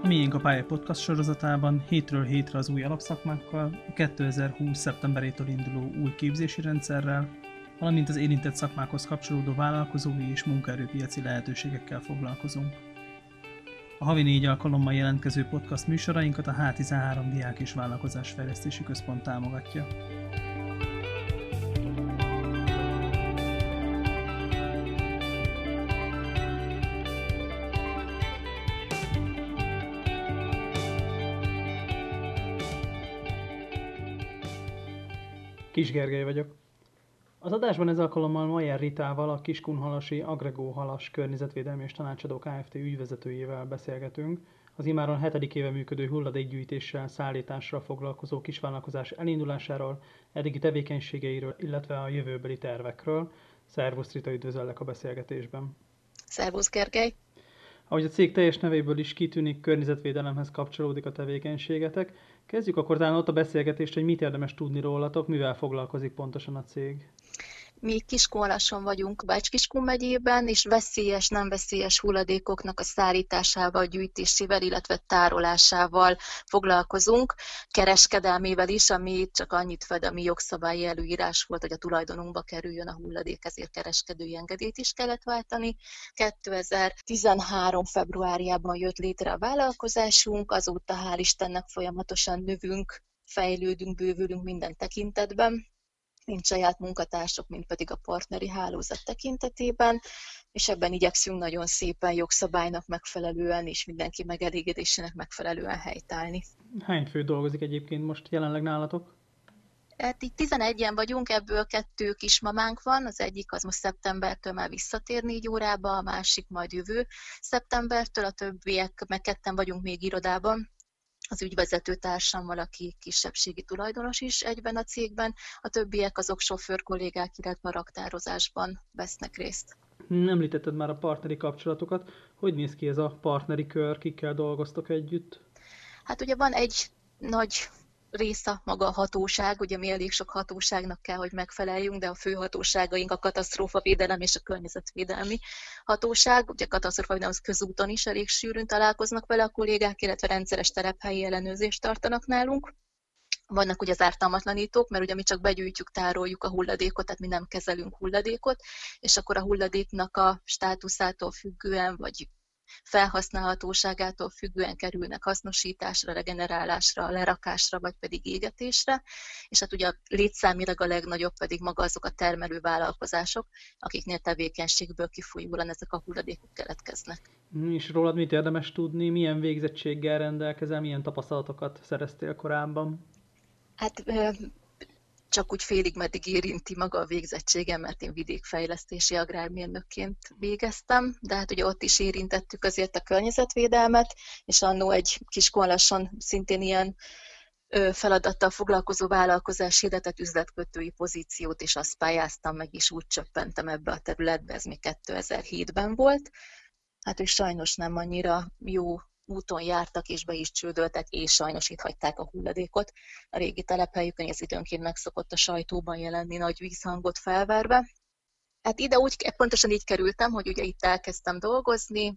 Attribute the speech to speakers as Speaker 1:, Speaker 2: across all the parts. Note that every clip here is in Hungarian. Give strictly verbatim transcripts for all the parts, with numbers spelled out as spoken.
Speaker 1: Miénk a Pálya podcast sorozatában hétről hétre az új alapszakmákkal, a kétezer-húsz. szeptemberétől induló új képzési rendszerrel, valamint az érintett szakmákhoz kapcsolódó vállalkozói és munkaerőpiaci lehetőségekkel foglalkozunk. A havi négy alkalommal jelentkező podcast műsorainkat a há tizenhárom Diák és Vállalkozásfejlesztési Központ támogatja. Kis Gergely vagyok. Az adásban ez alkalommal Mayer Ritával, a Kiskunhalasi Agrego Halas Környezetvédelmi és Tanácsadó Kft. Ügyvezetőjével beszélgetünk az imáron hetedik éve működő hulladékgyűjtéssel, szállításra foglalkozó kisvállalkozás elindulásáról, eddigi tevékenységeiről, illetve a jövőbeli tervekről. Szervusz Rita, üdvözöllek a beszélgetésben.
Speaker 2: Szervusz Gergely!
Speaker 1: Ahogy a cég teljes nevéből is kitűnik, környezetvédelemhez kapcsolódik a tevékenységetek. Kezdjük akkor talán ott a beszélgetést, hogy mit érdemes tudni rólatok, mivel foglalkozik pontosan a cég.
Speaker 2: Mi Kiskunhalason vagyunk Bács-Kiskun megyében, és veszélyes, nem veszélyes hulladékoknak a szállításával, gyűjtésével, illetve tárolásával foglalkozunk, kereskedelmével is, ami csak annyit fed, ami jogszabályi előírás volt, hogy a tulajdonunkba kerüljön a hulladék, ezért kereskedői engedélyt is kellett váltani. kétezer-tizenhárom. februárjában jött létre a vállalkozásunk, azóta hál' Istennek folyamatosan növünk, fejlődünk, bővülünk minden tekintetben. Mind saját munkatársok, mind pedig a partneri hálózat tekintetében, és ebben igyekszünk nagyon szépen jogszabálynak megfelelően és mindenki megelégedésének megfelelően helytállni.
Speaker 1: Hány fő dolgozik egyébként most jelenleg nálatok?
Speaker 2: Hát itt tizenegyen vagyunk, ebből kettő kismamánk van, az egyik az most szeptembertől már visszatér négy órába, a másik majd jövő szeptembertől, a többiek, meg ketten vagyunk még irodában. Az ügyvezető társammal, aki kisebbségi tulajdonos is egyben a cégben, a többiek azok sofőr kollégák, illetve a raktározásban vesznek részt.
Speaker 1: Említetted már a partneri kapcsolatokat. Hogy néz ki ez a partneri kör, kikkel dolgoztok együtt?
Speaker 2: Hát ugye van egy nagy része maga a hatóság, ugye mi elég sok hatóságnak kell, hogy megfeleljünk, de a fő hatóságaink a katasztrófavédelem és a környezetvédelmi hatóság. Ugye katasztrófavédelem az közúton is elég sűrűn találkoznak vele a kollégák, illetve rendszeres telephelyi ellenőrzést tartanak nálunk. Vannak ugye az ártalmatlanítók, mert ugye mi csak begyűjtjük, tároljuk a hulladékot, tehát mi nem kezelünk hulladékot, és akkor a hulladéknak a státuszától függően, vagy felhasználhatóságától függően kerülnek hasznosításra, regenerálásra, lerakásra, vagy pedig égetésre, és hát ugye a létszámilag a legnagyobb pedig maga azok a termelő vállalkozások, akiknél tevékenységből kifolyólag ezek a hulladékok keletkeznek.
Speaker 1: És rólad mit érdemes tudni, milyen végzettséggel rendelkezel, milyen tapasztalatokat szereztél korábban?
Speaker 2: Hát csak úgy félig meddig érinti maga a végzettségem, mert én vidékfejlesztési agrármérnökként végeztem, de hát ugye ott is érintettük azért a környezetvédelmet, és annó egy Kiskunhalason szintén ilyen feladattal foglalkozó vállalkozás hirdetett üzletkötői pozíciót, és azt pályáztam meg, és úgy csöppentem ebbe a területbe, ez még kétezer-hétben volt. Hát ők sajnos nem annyira jó úton jártak, és be is csődöltek, és sajnos itt hagyták a hulladékot. A régi telephelyükön ez időnként megszokott a sajtóban jelenni nagy vízhangot felverve. Hát ide úgy, pontosan így kerültem, hogy ugye itt elkezdtem dolgozni,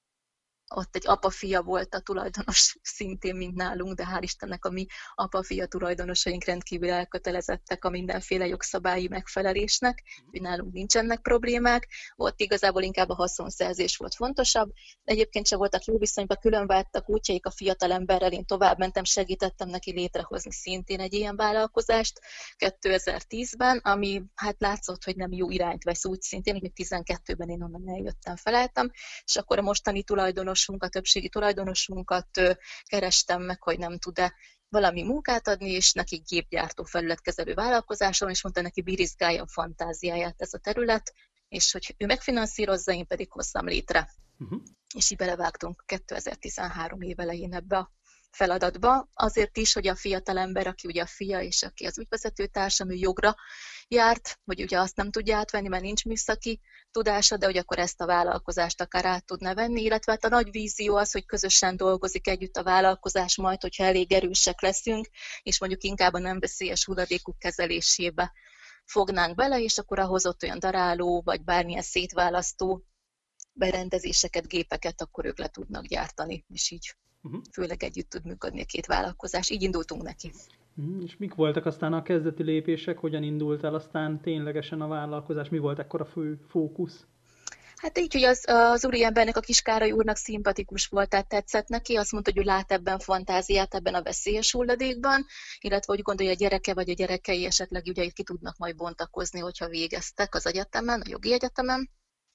Speaker 2: ott egy apa-fia volt a tulajdonos, szintén mint nálunk, de hál' Istennek a mi apa-fia tulajdonosaink rendkívül elkötelezettek a mindenféle jogszabályi megfelelésnek, hogy nálunk nincsenek problémák, ott igazából inkább a haszonszerzés volt fontosabb, de egyébként sem voltak jó viszonyban, különváltak útjaik a fiatalemberrel, én tovább mentem, segítettem neki létrehozni szintén egy ilyen vállalkozást kétezer-tízben, ami hát látszott, hogy nem jó irányt vesz úgy szintén, hogy tizenkettőben én onnan eljöttem, felálltam, és akkor a mostani tulajdonos a többségi tulajdonosunkat kerestem meg, hogy nem tud-e valami munkát adni, és neki gépgyártó felületkezelő vállalkozáson, és mondta neki birizgálja a fantáziáját ez a terület, és hogy ő megfinanszírozza, én pedig hozzam létre. Uh-huh. És így belevágtunk kétezer-tizenhárom év elején ebbe a feladatba, azért is, hogy a fiatalember, aki ugye a fia és aki az ügyvezető társam, ő jogra járt, hogy ugye azt nem tudja átvenni, mert nincs műszaki tudása, de hogy akkor ezt a vállalkozást akár át tudna venni, illetve hát a nagy vízió az, hogy közösen dolgozik együtt a vállalkozás majd, hogyha elég erősek leszünk, és mondjuk inkább a nem veszélyes hulladékok kezelésébe fognánk bele, és akkor ahhoz ott olyan daráló, vagy bármilyen szétválasztó berendezéseket, gépeket, akkor ők le tudnak gyártani, és így
Speaker 1: Uh-huh.
Speaker 2: Főleg együtt tud működni a két vállalkozás. Így indultunk neki.
Speaker 1: Uh-huh. És mik voltak aztán a kezdeti lépések, hogyan indult el aztán ténylegesen a vállalkozás, mi volt ekkor a fő fókusz?
Speaker 2: Hát így, hogy az, az úriembernek, a Kiskároly úrnak szimpatikus volt, tehát tetszett neki, azt mondta, hogy ő lát ebben fantáziát, ebben a veszélyes hulladékban, illetve úgy gondolja, hogy a gyereke vagy a gyerekei esetleg ugye ki tudnak majd bontakozni, hogyha végeztek az egyetemen, a jogi egyetemen.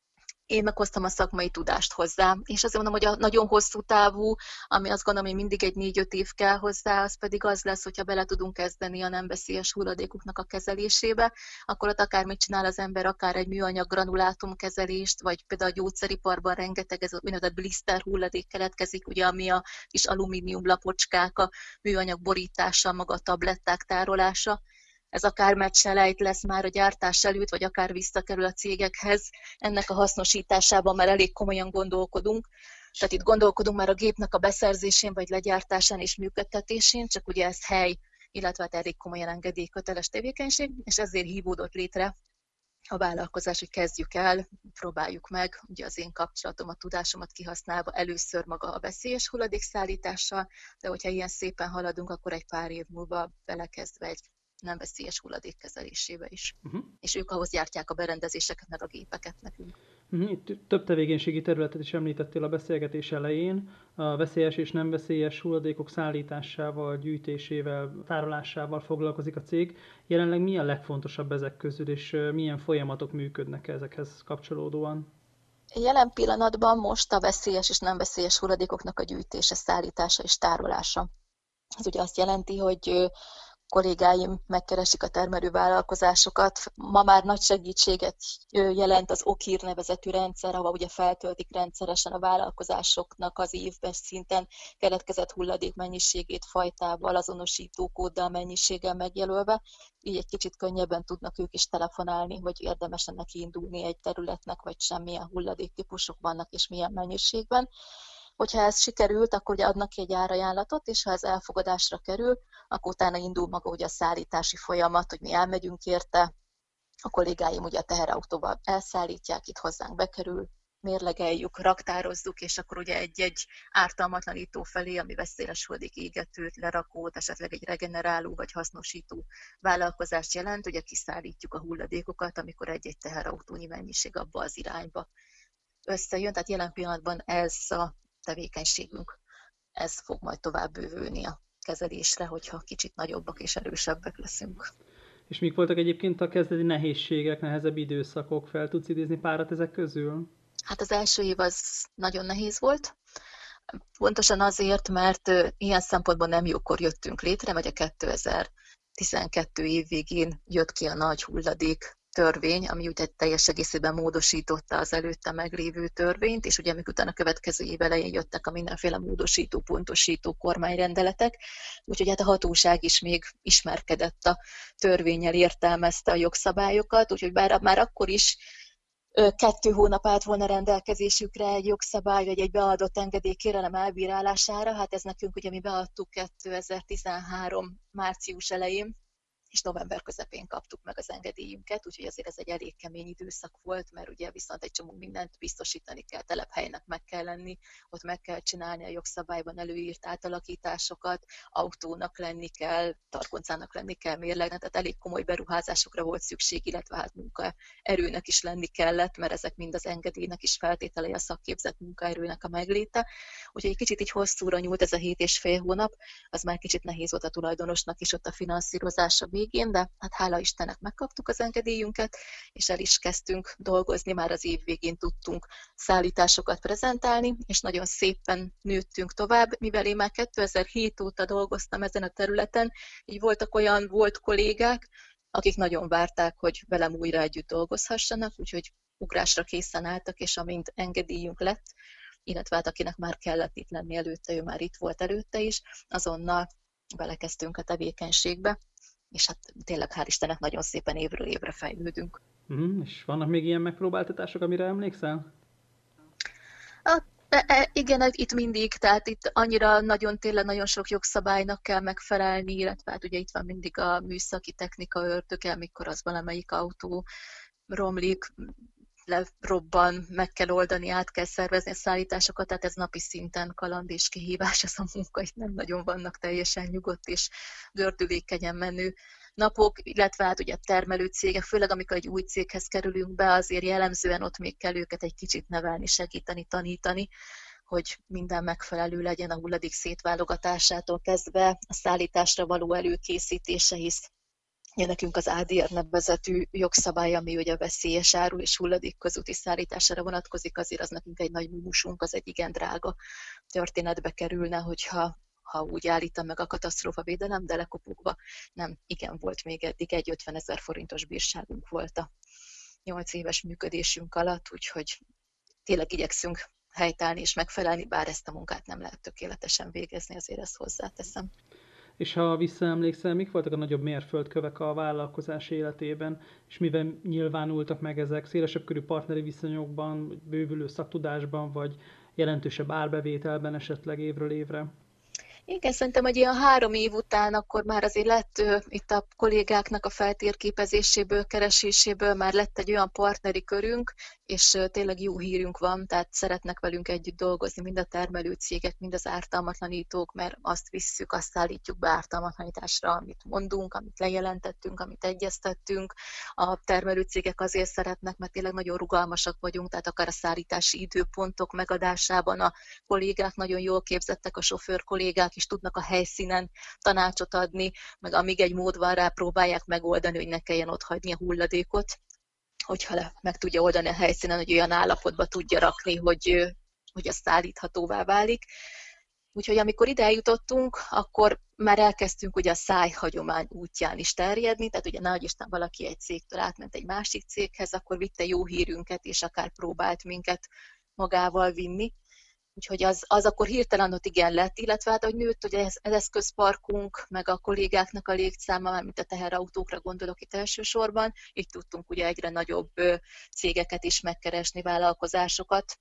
Speaker 2: Én meghoztam a szakmai tudást hozzá, és azért mondom, hogy a nagyon hosszú távú, ami azt gondolom, hogy mindig egy négy-öt év kell hozzá, az pedig az lesz, hogyha bele tudunk kezdeni a nem veszélyes hulladékoknak a kezelésébe, akkor ott akármit csinál az ember, akár egy műanyag granulátum kezelést, vagy például a gyógyszeriparban rengeteg ez a úgynevezett blister hulladék keletkezik, ugye, ami a kis alumínium lapocskák, a műanyag borítása, maga a tabletták tárolása. Ez akár meccselejt lesz már a gyártás előtt, vagy akár visszakerül a cégekhez. Ennek a hasznosításában már elég komolyan gondolkodunk. Tehát itt gondolkodunk már a gépnek a beszerzésén, vagy legyártásán és működtetésén, csak ugye ez hely, illetve hát elég komolyan engedélyköteles tevékenység, és ezért hívódott létre a vállalkozás, hogy kezdjük el, próbáljuk meg, ugye az én kapcsolatom, a tudásomat kihasználva először maga a veszélyes hulladékszállítással, de hogyha ilyen szépen haladunk, akkor egy pár év múlva belekezdve egy nem veszélyes hulladék kezelésébe is. Uh-huh. És ők ahhoz gyártják a berendezéseket, meg a gépeket nekünk.
Speaker 1: Uh-huh. Itt több tevékenységi területet is említettél a beszélgetés elején. A veszélyes és nem veszélyes hulladékok szállításával, gyűjtésével, tárolásával foglalkozik a cég. Jelenleg mi a legfontosabb ezek közül, és milyen folyamatok működnek ezekhez kapcsolódóan?
Speaker 2: Jelen pillanatban most a veszélyes és nem veszélyes hulladékoknak a gyűjtése, szállítása és tárolása. Ez ugye azt jelenti, hogy kollégáim megkeresik a termelő vállalkozásokat. Ma már nagy segítséget jelent az okír nevezetű rendszer, ahol ugye feltöltik rendszeresen a vállalkozásoknak az évben szinten keletkezett hulladék mennyiségét fajtával, azonosítókóddal, mennyiséggel megjelölve. Így egy kicsit könnyebben tudnak ők is telefonálni, hogy érdemes neki indulni egy területnek, vagy sem, milyen hulladéktípusok vannak és milyen mennyiségben. Hogyha ez sikerült, akkor ugye adnak ki egy árajánlatot, és ha ez elfogadásra kerül, akkor utána indul maga ugye a szállítási folyamat, hogy mi elmegyünk érte, a kollégáim ugye a teherautóval elszállítják, itt hozzánk bekerül, mérlegeljük, raktározzuk, és akkor ugye egy-egy ártalmatlanító felé, ami veszélyes hulladék égetőt, lerakót, esetleg egy regeneráló vagy hasznosító vállalkozást jelent, ugye kiszállítjuk a hulladékokat, amikor egy-egy teherautónyi mennyiség abba az irányba összejön, tehát jelen pillanatban ez a tevékenységünk, ez fog majd tovább bővülni a kezelésre, hogyha kicsit nagyobbak és erősebbek leszünk.
Speaker 1: És mik voltak egyébként a kezdeti nehézségek, nehezebb időszakok? Fel tudsz idézni párat ezek közül?
Speaker 2: Hát az első év az nagyon nehéz volt. Pontosan azért, mert ilyen szempontból nem jókor jöttünk létre, vagy a kétezer-tizenkettő év végén jött ki a nagy hulladék törvény, ami ugye teljes egészében módosította az előtte meglévő törvényt, és ugye amikor utána a következő év elején jöttek a mindenféle módosító, pontosító kormányrendeletek, úgyhogy hát a hatóság is még ismerkedett a törvénnyel, értelmezte a jogszabályokat, úgyhogy bár már akkor is kettő hónap állt volna rendelkezésükre egy jogszabály, vagy egy beadott engedélykérelem elbírálására, hát ez nekünk ugye mi beadtuk kétezer-tizenhárom március elején, és november közepén kaptuk meg az engedélyünket, úgyhogy azért ez egy elég kemény időszak volt, mert ugye viszont egy csomó mindent biztosítani kell, telephelynek meg kell lenni, ott meg kell csinálni a jogszabályban előírt átalakításokat, autónak lenni kell, targoncának lenni kell, mérlegnek, tehát elég komoly beruházásokra volt szükség, illetve hát munkaerőnek is lenni kellett, mert ezek mind az engedélynek is feltételei, a szakképzett munkaerőnek a megléte. Úgyhogy egy kicsit így hosszúra nyúlt ez a hét és fél hónap, az már kicsit nehéz volt a tulajdonosnak is ott a finanszírozása végén, de hát hála Istennek megkaptuk az engedélyünket, és el is kezdtünk dolgozni, már az év végén tudtunk szállításokat prezentálni, és nagyon szépen nőttünk tovább, mivel én már kétezer-hét óta dolgoztam ezen a területen, így voltak olyan volt kollégák, akik nagyon várták, hogy velem újra együtt dolgozhassanak, úgyhogy ugrásra készen álltak, és amint engedélyünk lett, illetve hát akinek már kellett itt lenni előtte, ő már itt volt előtte is, azonnal belekezdtünk a tevékenységbe, és hát tényleg hál' Istennek nagyon szépen évről évre fejlődünk.
Speaker 1: Uh-huh. És vannak még ilyen megpróbáltatások, amire emlékszel?
Speaker 2: A, e, igen, itt mindig, tehát itt annyira nagyon tényleg nagyon sok jogszabálynak kell megfelelni, illetve hát ugye itt van mindig a műszaki technika ördöge, amikor az valamelyik autó romlik, lerobban, meg kell oldani, át kell szervezni a szállításokat, tehát ez napi szinten kaland és kihívás, ez a munka, itt nem nagyon vannak teljesen nyugodt és gördülékenyen menő napok, illetve hát ugye termelő cégek, főleg amikor egy új céghez kerülünk be, azért jellemzően ott még kell őket egy kicsit nevelni, segíteni, tanítani, hogy minden megfelelő legyen a hulladék szétválogatásától kezdve a szállításra való előkészítése, hisz ugye nekünk az á dé er nevezetű jogszabály, ami ugye a veszélyes áru és hulladék közúti szállítására vonatkozik, azért az nekünk egy nagy mumusunk, az egy igen drága történetbe kerülne, hogyha ha úgy állítom meg a katasztrófavédelem, de lekopogva nem igen volt még eddig, egy ötvenezer forintos bírságunk volt a nyolc éves működésünk alatt, úgyhogy tényleg igyekszünk helytállni és megfelelni, bár ezt a munkát nem lehet tökéletesen végezni, azért ezt hozzáteszem.
Speaker 1: És ha visszaemlékszel, mik voltak a nagyobb mérföldkövek a vállalkozás életében, és mivel nyilvánultak meg ezek szélesebb körű partneri viszonyokban, bővülő szaktudásban, vagy jelentősebb árbevételben esetleg évről évre?
Speaker 2: Igen, szerintem, hogy ilyen három év után akkor már azért lett uh, itt a kollégáknak a feltérképezéséből, kereséséből már lett egy olyan partneri körünk, és uh, tényleg jó hírünk van, tehát szeretnek velünk együtt dolgozni, mind a termelőcégek, mind az ártalmatlanítók, mert azt visszük, azt állítjuk be ártalmatlanításra, amit mondunk, amit lejelentettünk, amit egyeztettünk. A termelőcégek azért szeretnek, mert tényleg nagyon rugalmasak vagyunk, tehát akár a szállítási időpontok megadásában a kollégák nagyon jól képzettek, a sofőr kollégák is tudnak a helyszínen tanácsot adni, meg amíg egy mód van rá, próbálják megoldani, hogy ne kelljen ott hagyni a hulladékot, hogyha le, meg tudja oldani a helyszínen, hogy olyan állapotba tudja rakni, hogy, hogy az szállíthatóvá válik. Úgyhogy amikor ide eljutottunk, akkor már elkezdtünk ugye a szájhagyomány útján is terjedni, tehát ugye nehogy Isten valaki egy cégtől átment egy másik céghez, akkor vitte jó hírünket, és akár próbált minket magával vinni. Úgyhogy az, az akkor hirtelen ott igen lett, illetve hát, hogy nőtt ugye ez, ez eszközparkunk, meg a kollégáknak a létszáma, mint a teherautókra gondolok itt elsősorban, így tudtunk ugye egyre nagyobb cégeket is megkeresni, vállalkozásokat,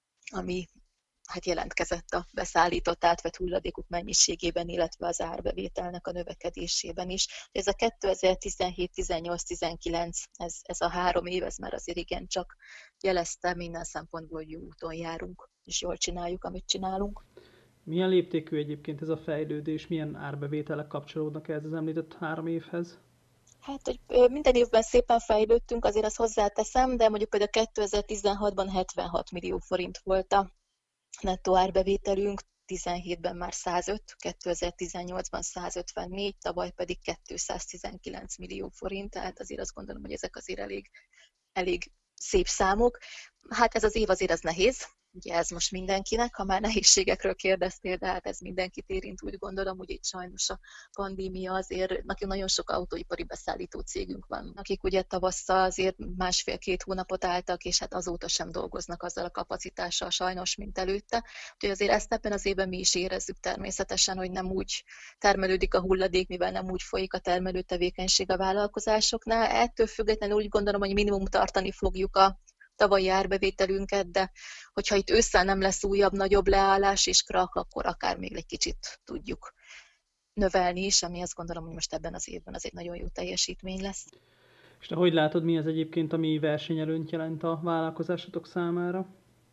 Speaker 2: ami hát jelentkezett a beszállított átvett hulladékok mennyiségében, illetve az árbevételnek a növekedésében is. Ez a kétezer-tizenhét, tizennyolc, tizenkilenc, ez, ez a három év, ez már azért igen csak jelezte, minden szempontból jó úton járunk, és jól csináljuk, amit csinálunk.
Speaker 1: Milyen léptékű egyébként ez a fejlődés, milyen árbevételek kapcsolódnak ehhez az említett három évhez?
Speaker 2: Hát, hogy minden évben szépen fejlődtünk, azért azt hozzáteszem, de mondjuk például kétezer-tizenhatban hetvenhat millió forint volt a nettó árbevételünk, tizenhétben már százöt, kétezer-tizennyolcban százötvennégy, tavaly pedig kétszáztizenkilenc millió forint, tehát azért azt gondolom, hogy ezek azért elég, elég szép számok. Hát ez az év azért ez nehéz, ugye ez most mindenkinek, ha már nehézségekről kérdeztél, de hát ez mindenkit érint, úgy gondolom, hogy itt sajnos a pandémia azért, nekünk nagyon sok autóipari beszállító cégünk van, akik ugye tavasszal azért másfél-két hónapot álltak, és hát azóta sem dolgoznak azzal a kapacitással sajnos, mint előtte. Úgyhogy azért ezt ebben az évben mi is érezzük természetesen, hogy nem úgy termelődik a hulladék, mivel nem úgy folyik a termelő tevékenység a vállalkozásoknál. Ettől függetlenül úgy gondolom, hogy minimum tartani fogjuk a tavalyi árbevételünket, de hogyha itt ősszel nem lesz újabb, nagyobb leállás és krak, akkor akár még egy kicsit tudjuk növelni is, ami azt gondolom, hogy most ebben az évben az egy nagyon jó teljesítmény lesz.
Speaker 1: És te hogy látod, mi az egyébként, ami versenyelőnyt jelent a vállalkozásotok számára?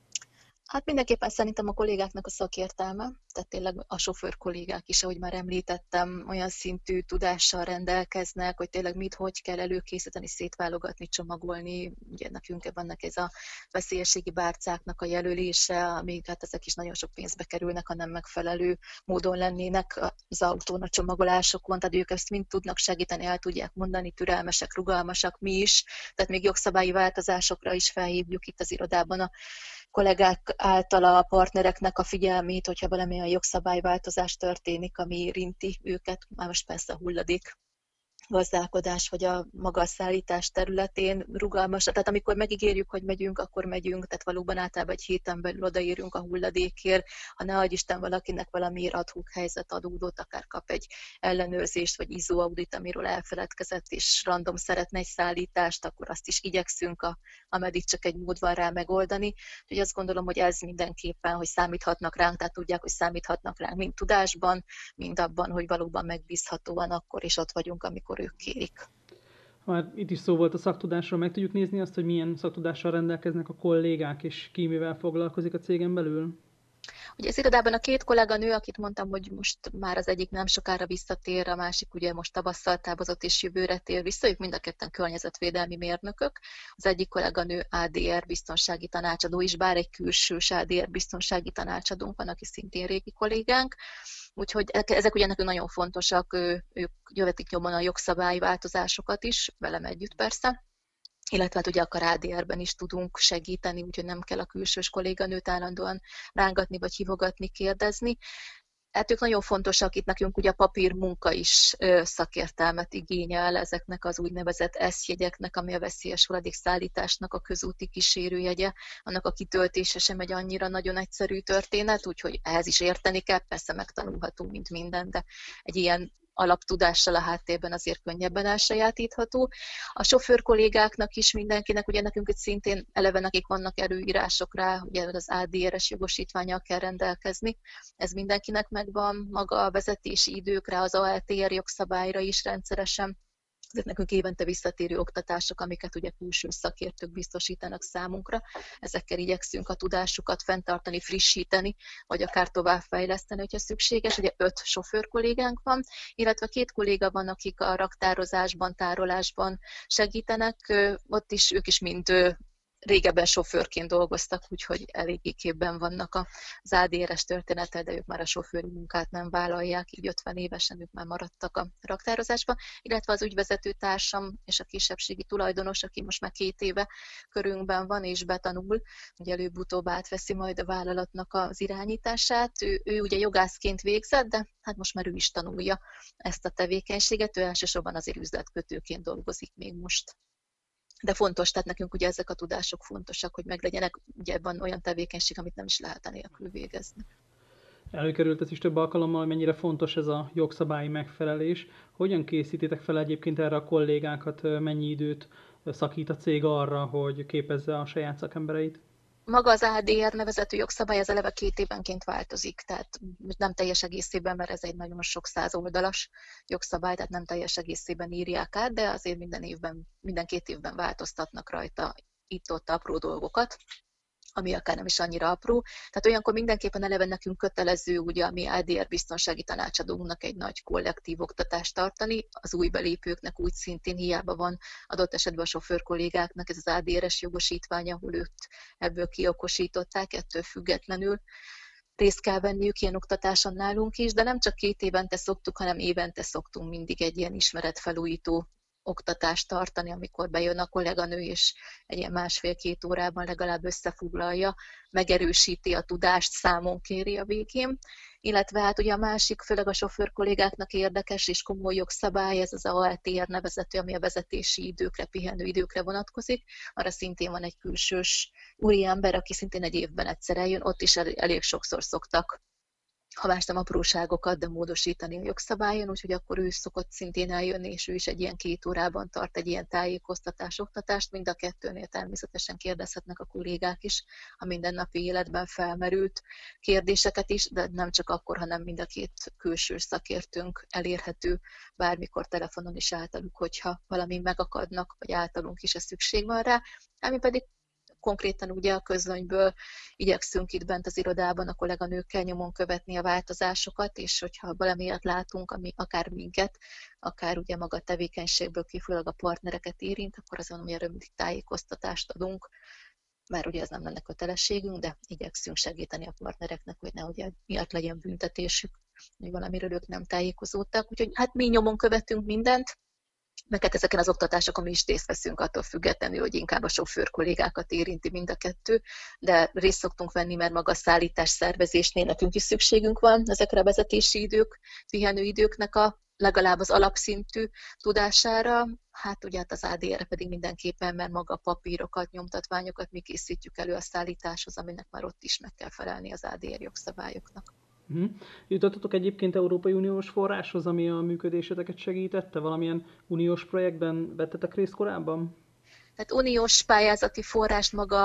Speaker 2: Hát mindenképpen szerintem a kollégáknak a szakértelme, tehát tényleg a sofőr kollégák is, ahogy már említettem, olyan szintű tudással rendelkeznek, hogy tényleg mit, hogy kell előkészíteni, szétválogatni, csomagolni. Ugye nekünk vannak ez a veszélyességi bárcáknak a jelölése, amik hát ezek is nagyon sok pénzbe kerülnek, ha nem megfelelő módon lennének az autón a csomagolásokon, tehát ők ezt mind tudnak segíteni, el tudják mondani, türelmesek, rugalmasak, mi is, tehát még jogszabályi változásokra is felhívjuk itt az irodában a kollégák által a partnereknek a figyelmét, hogyha valamilyen jogszabályváltozás történik, ami érinti őket, már most persze a hulladék gazdálkodás, vagy a maga a szállítás területén rugalmas. Tehát amikor megígérjük, hogy megyünk, akkor megyünk, tehát valóban általában egy héten belül odaérünk a hulladékért, ha ne adj Isten valakinek valamiért ad-hoc helyzet adódott, akár kap egy ellenőrzést, vagy izó audit, amiről elfeledkezett, és random szeretne egy szállítást, akkor azt is igyekszünk, a, ameddig csak egy mód van rá megoldani. Úgyhogy azt gondolom, hogy ez mindenképpen, hogy számíthatnak ránk, tehát tudják, hogy számíthatnak ránk mind tudásban, mind abban, hogy valóban megbízhatóan akkor is ott vagyunk, amikor ők kérik.
Speaker 1: Ha már itt is szó volt a szaktudásról, meg tudjuk nézni azt, hogy milyen szaktudással rendelkeznek a kollégák, és ki mivel foglalkozik a cégen belül?
Speaker 2: Ugye az irodában a két kolléganő, akit mondtam, hogy most már az egyik nem sokára visszatér, a másik ugye most tavasszal távozott és jövőre tér vissza, ők mind a ketten környezetvédelmi mérnökök. Az egyik kolléganő á dé er biztonsági tanácsadó is, bár egy külsős á dé er biztonsági tanácsadónk van, aki szintén régi kollégánk. Úgyhogy ezek ugye nekünk nagyon fontosak, ők jövetik nyomon a jogszabályi változásokat is, velem együtt persze. Illetve hát ugye akár á dé er-ben is tudunk segíteni, úgyhogy nem kell a külsős kolléganőt állandóan rángatni, vagy hívogatni, kérdezni. Hát ők nagyon fontosak, itt nekünk ugye a papírmunka is szakértelmet igényel ezeknek az úgynevezett eszjegyeknek, ami a veszélyes hulladékszállításnak a közúti kísérőjegye, annak a kitöltése sem egy annyira nagyon egyszerű történet, úgyhogy ehhez is érteni kell, persze megtanulható, mint minden, de egy ilyen alaptudással a háttérben azért könnyebben elsajátítható. A sofőr kollégáknak is mindenkinek, ugye nekünk itt szintén eleve nekik vannak előírások rá, ugye az á dé er-es jogosítvánnyal kell rendelkezni, ez mindenkinek megvan, maga a vezetési időkre, az á el té er jogszabályra is rendszeresen. Ezek nekünk évente visszatérő oktatások, amiket ugye külső szakértők biztosítanak számunkra. Ezekkel igyekszünk a tudásukat fenntartani, frissíteni, vagy akár továbbfejleszteni, hogyha szükséges. Ugye öt sofőr kollégánk van, illetve két kolléga van, akik a raktározásban, tárolásban segítenek. Ott is ők is mind régebben sofőrként dolgoztak, úgyhogy eléggé képben vannak az á dé er-es történettel, de ők már a sofőri munkát nem vállalják, így ötven évesen ők már maradtak a raktározásban, illetve az ügyvezető társam és a kisebbségi tulajdonos, aki most már két éve körünkben van és betanul, hogy előbb-utóbb átveszi majd a vállalatnak az irányítását. Ő, ő ugye jogászként végzett, de hát most már ő is tanulja ezt a tevékenységet, ő elsősorban azért üzletkötőként dolgozik még most. De fontos, tehát nekünk ugye ezek a tudások fontosak, hogy meglegyenek, ugye van olyan tevékenység, amit nem is lehet nélkül végezni.
Speaker 1: Előkerült ez is több alkalommal, hogy mennyire fontos ez a jogszabályi megfelelés. Hogyan készítitek fel egyébként erre a kollégákat, mennyi időt szakít a cég arra, hogy képezze a saját szakembereit?
Speaker 2: Maga az á dé er nevezetű jogszabály az eleve két évenként változik, tehát nem teljes egészében, mert ez egy nagyon sok száz oldalas jogszabály, tehát nem teljes egészében írják át, de azért minden évben, minden két évben változtatnak rajta itt-ott apró dolgokat, ami akár nem is annyira apró. Tehát olyankor mindenképpen eleve nekünk kötelező, ugye a mi á dé er biztonsági tanácsadónknak egy nagy kollektív oktatást tartani, az új belépőknek úgy szintén hiába van adott esetben a sofőr kollégáknak ez az á dé er-es jogosítvány, ahol őt ebből kiokosították, ettől függetlenül részt kell venniük ilyen oktatáson nálunk is, de nem csak két évente szoktuk, hanem évente szoktunk mindig egy ilyen ismeretfelújító oktatást tartani, amikor bejön a kolléganő, és egy ilyen másfél-két órában legalább összefoglalja, megerősíti a tudást, számon kéri a végén. Illetve hát ugye a másik, főleg a sofőr kollégáknak érdekes és komoly jogszabály, ez az á el té er nevezető, ami a vezetési időkre, pihenő időkre vonatkozik. Arra szintén van egy külsős úriember, aki szintén egy évben egyszer eljön, ott is elég sokszor szoktak, ha más nem apróságokat, de módosítani a jogszabályon, úgyhogy akkor ő szokott szintén eljönni, és ő is egy ilyen két órában tart egy ilyen tájékoztatás, oktatást. Mind a kettőnél természetesen kérdezhetnek a kollégák is a mindennapi életben felmerült kérdéseket is, de nem csak akkor, hanem mind a két külső szakértőnk elérhető bármikor telefonon is általuk, hogyha valami megakadnak, vagy általunk is a szükség van rá, ami pedig konkrétan ugye a közlönyből igyekszünk itt bent az irodában a kolléganőkkel nyomon követni a változásokat, és hogyha valamiért látunk, ami akár minket, akár ugye maga a tevékenységből kifolyólag a partnereket érint, akkor azon ugye rövid tájékoztatást adunk, mert ugye ez nem lenne kötelességünk, de igyekszünk segíteni a partnereknek, hogy nehogy miatt legyen büntetésük, hogy valamiről ők nem tájékozódtak. Úgyhogy hát mi nyomon követünk mindent, meg hát ezeken az oktatásokon mi is részt veszünk attól függetlenül, hogy inkább a sofőr kollégákat érinti mind a kettő, de részt szoktunk venni, mert maga a szállítás szervezésnél nekünk is szükségünk van ezekre a vezetési idők, pihenőidőknek a legalább az alapszintű tudására, hát ugye hát az á dé er pedig mindenképpen, mert maga a papírokat, nyomtatványokat mi készítjük elő a szállításhoz, aminek már ott is meg kell felelni az á dé er jogszabályoknak.
Speaker 1: Uh-huh. Jutottatok egyébként Európai Uniós forráshoz, ami a működéseteket segítette? Valamilyen uniós projektben vettetek részt korábban?
Speaker 2: Tehát uniós pályázati forrást maga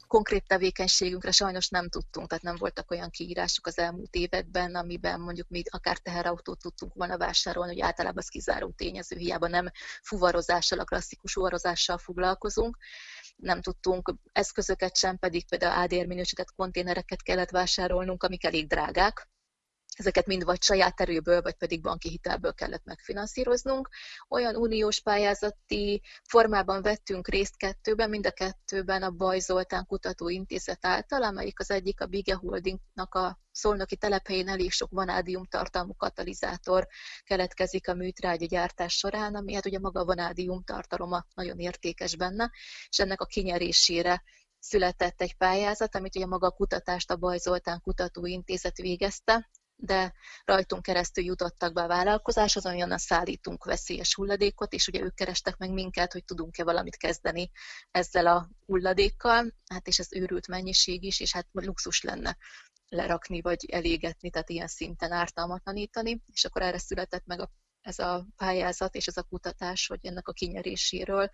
Speaker 2: konkrét tevékenységünkre sajnos nem tudtunk, tehát nem voltak olyan kiírások az elmúlt években, amiben mondjuk mi akár teherautót tudtunk volna vásárolni, hogy általában az kizáró tényező, hiába nem fuvarozással, a klasszikus fuvarozással foglalkozunk. Nem tudtunk eszközöket sem, pedig például á dé er minősített konténereket kellett vásárolnunk, amik elég drágák. Ezeket mind vagy saját erőből, vagy pedig banki hitelből kellett megfinanszíroznunk. Olyan uniós pályázati formában vettünk részt kettőben, mind a kettőben a Baj Zoltán Kutatóintézet által, amelyik az egyik a Bige Holdingnak a szolnoki telephelyén elég sok vanádium tartalmú katalizátor keletkezik a műtrágya gyártás során, ami hát ugye maga a vanádium tartaloma nagyon értékes benne, és ennek a kinyerésére született egy pályázat, amit ugye maga a kutatást a Baj Zoltán Kutatóintézet végezte, de rajtunk keresztül jutottak be a vállalkozáshoz, onnan szállítunk veszélyes hulladékot, és ugye ők kerestek meg minket, hogy tudunk-e valamit kezdeni ezzel a hulladékkal, hát és ez őrült mennyiség is, és hát luxus lenne lerakni, vagy elégetni, tehát ilyen szinten ártalmatlanítani, és akkor erre született meg a, ez a pályázat és ez a kutatás, hogy ennek a kinyeréséről.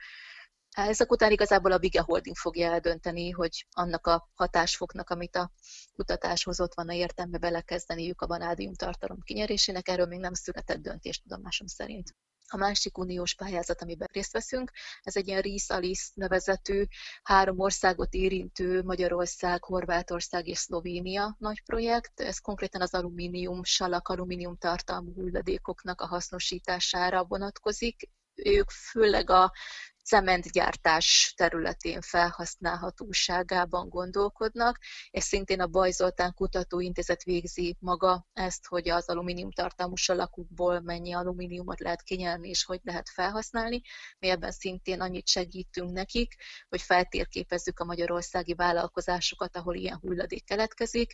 Speaker 2: Ezek után igazából a Bige Holding fogja eldönteni, hogy annak a hatásfoknak, amit a kutatás hozott, van a értelme belekezdeniük a vanádium tartalom kinyerésének, erről még nem született döntés tudomásom szerint. A másik uniós pályázat, amiben részt veszünk, ez egy ilyen RIS-ALIS nevezetű, három országot érintő Magyarország, Horvátország és Szlovénia nagy projekt. Ez konkrétan az alumínium, salak, alumínium tartalmú hulladékoknak a hasznosítására vonatkozik. Ők főleg a cementgyártás területén felhasználhatóságában gondolkodnak, és szintén a Baj Zoltán Kutatóintézet végzi maga ezt, hogy az alumínium tartalmú salakukból mennyi alumíniumot lehet kinyerni, és hogy lehet felhasználni. Mi ebben szintén annyit segítünk nekik, hogy feltérképezzük a magyarországi vállalkozásokat, ahol ilyen hulladék keletkezik.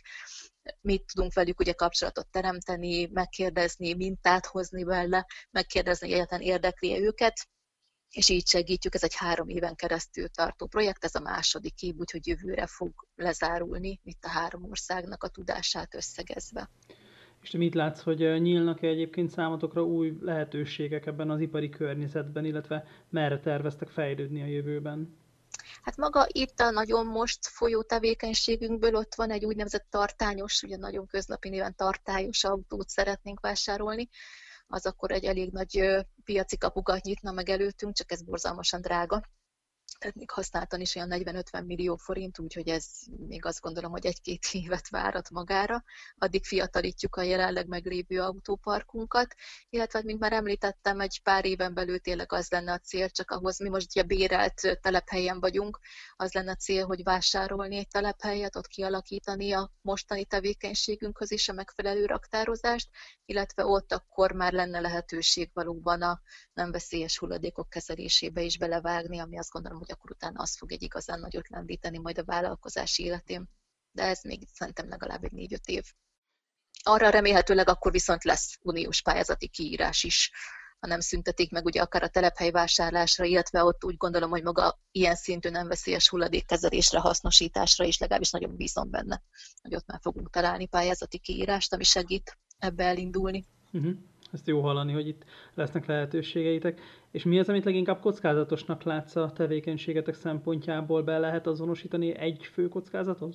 Speaker 2: Mi tudunk velük ugye kapcsolatot teremteni, megkérdezni, mintát hozni vele, megkérdezni, hogy egyáltalán érdekli őket, és így segítjük. Ez egy három éven keresztül tartó projekt, ez a második év, úgyhogy jövőre fog lezárulni itt a három országnak a tudását összegezve.
Speaker 1: És te mit látsz, hogy nyílnak-e egyébként számotokra új lehetőségek ebben az ipari környezetben, illetve merre terveztek fejlődni a jövőben?
Speaker 2: Hát maga itt a nagyon most folyó tevékenységünkből ott van egy úgynevezett tartányos, ugye nagyon köznapi néven tartályos autót szeretnénk vásárolni, az akkor egy elég nagy piaci kapukat nyitna meg előttünk, csak ez borzalmasan drága. Tehát még használtan is olyan negyven-ötven millió forint, úgyhogy ez még azt gondolom, hogy egy-két évet várat magára. Addig fiatalítjuk a jelenleg meglévő autóparkunkat, illetve, mint már említettem, egy pár éven belül tényleg az lenne a cél, csak ahhoz mi most ugye bérelt telephelyen vagyunk, az lenne a cél, hogy vásárolni egy telephelyet, ott kialakítani a mostani tevékenységünkhöz is a megfelelő raktározást, illetve ott akkor már lenne lehetőség valóban a nem veszélyes hulladékok kezelésébe is belevágni, ami azt gondolom, hogy akkor utána az fog egy igazán nagyot lendíteni majd a vállalkozás életén. De ez még szerintem legalább egy négy-öt év. Arra remélhetőleg akkor viszont lesz uniós pályázati kiírás is, ha nem szüntetik meg ugye akár a telephely vásárlásra, illetve ott úgy gondolom, hogy maga ilyen szintű nem veszélyes hulladékkezelésre, hasznosításra is legalábbis nagyon bízom benne, hogy ott már fogunk találni pályázati kiírást, ami segít ebbe elindulni.
Speaker 1: Uh-huh. Ezt jó hallani, hogy itt lesznek lehetőségeitek. És mi az, amit leginkább kockázatosnak látsz a tevékenységetek szempontjából? Be lehet azonosítani egy fő kockázatot?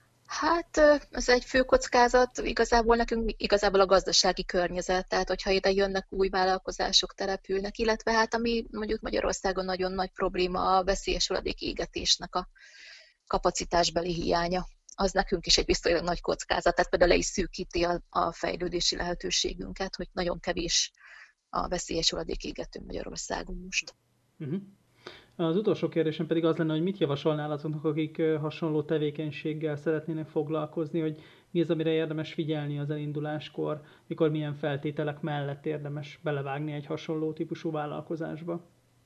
Speaker 2: Hát az egy fő kockázat igazából nekünk igazából a gazdasági környezet, tehát hogyha ide jönnek új vállalkozások, települnek, illetve hát ami mondjuk Magyarországon nagyon nagy probléma a veszélyes hulladék égetésnek a kapacitásbeli hiánya. Az nekünk is egy viszonylag nagy kockázat, tehát például le is szűkíti a, a fejlődési lehetőségünket, hogy nagyon kevés a veszélyes hulladékégető Magyarországon most.
Speaker 1: Uh-huh. Az utolsó kérdésem pedig az lenne, hogy mit javasolnál azoknak, akik hasonló tevékenységgel szeretnének foglalkozni, hogy mi az, amire érdemes figyelni az elinduláskor, mikor milyen feltételek mellett érdemes belevágni egy hasonló típusú vállalkozásba?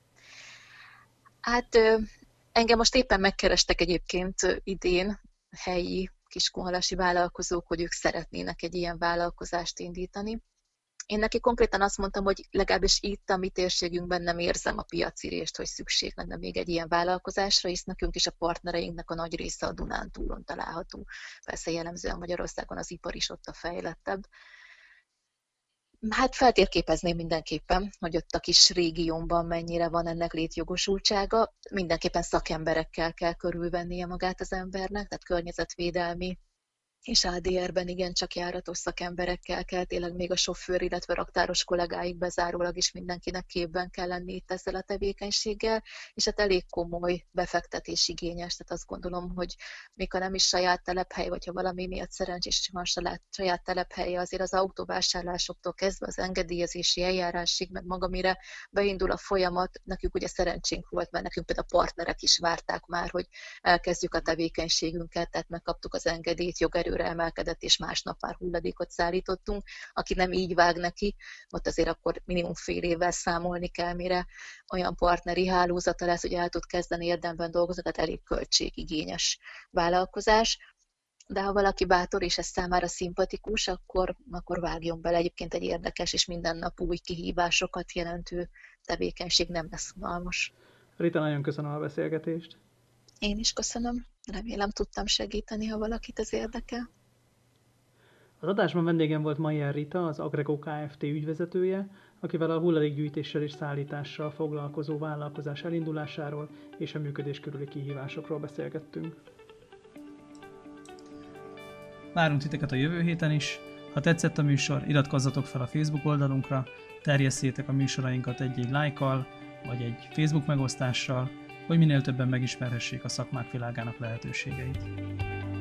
Speaker 2: Hát engem most éppen megkerestek egyébként idén helyi kiskunhalasi vállalkozók, hogy ők szeretnének egy ilyen vállalkozást indítani. Én neki konkrétan azt mondtam, hogy legalábbis itt a mi térségünkben nem érzem a piacirést, hogy szükség lenne még egy ilyen vállalkozásra, hisz nekünk is a partnereinknek a nagy része a Dunántúlon található. Persze jellemzően Magyarországon az ipar is ott a fejlettebb. Hát feltérképezném mindenképpen, hogy ott a kis régiómban mennyire van ennek létjogosultsága. Mindenképpen szakemberekkel kell körülvennie magát az embernek, tehát környezetvédelmi és á dé er-ben igencsak járatos szakemberekkel kell, tényleg még a sofőr, illetve raktáros kollégáik bezárólag is mindenkinek képben kell lenni itt ezzel a tevékenységgel, és hát elég komoly befektetés igényes, tehát azt gondolom, hogy még ha nem is saját telephely, vagy ha valami miatt szerencsés van saját telephelye, azért az autóvásárlásoktól kezdve az engedélyezési eljárásig, meg maga mire beindul a folyamat, nekünk ugye szerencsénk volt, mert nekünk például a partnerek is várták már, hogy elkezdjük a tevékenységünket, tehát megkaptuk az engedélyt, jogerő emelkedett, és másnap már hulladékot szállítottunk. Aki nem így vág neki, ott azért akkor minimum fél évvel számolni kell, mire olyan partneri hálózata lesz, hogy el tud kezdeni érdemben dolgozni, tehát elég költségigényes vállalkozás. De ha valaki bátor és ez számára szimpatikus, akkor, akkor vágjon bele. Egyébként egy érdekes és minden nap új kihívásokat jelentő tevékenység, nem lesz unalmas.
Speaker 1: Rita, nagyon köszönöm a beszélgetést.
Speaker 2: Én is köszönöm. Remélem tudtam segíteni, ha valakit ez érdekel.
Speaker 1: Az adásban vendégem volt Mayer Rita, az Agrego Kft. Ügyvezetője, akivel a hulladékgyűjtéssel és szállítással foglalkozó vállalkozás elindulásáról és a működés körüli kihívásokról beszélgettünk. Várunk titeket a jövő héten is. Ha tetszett a műsor, iratkozzatok fel a Facebook oldalunkra, terjesszétek a műsorainkat egy-egy lájkkal, vagy egy Facebook megosztással, hogy minél többen megismerhessék a szakmák világának lehetőségeit.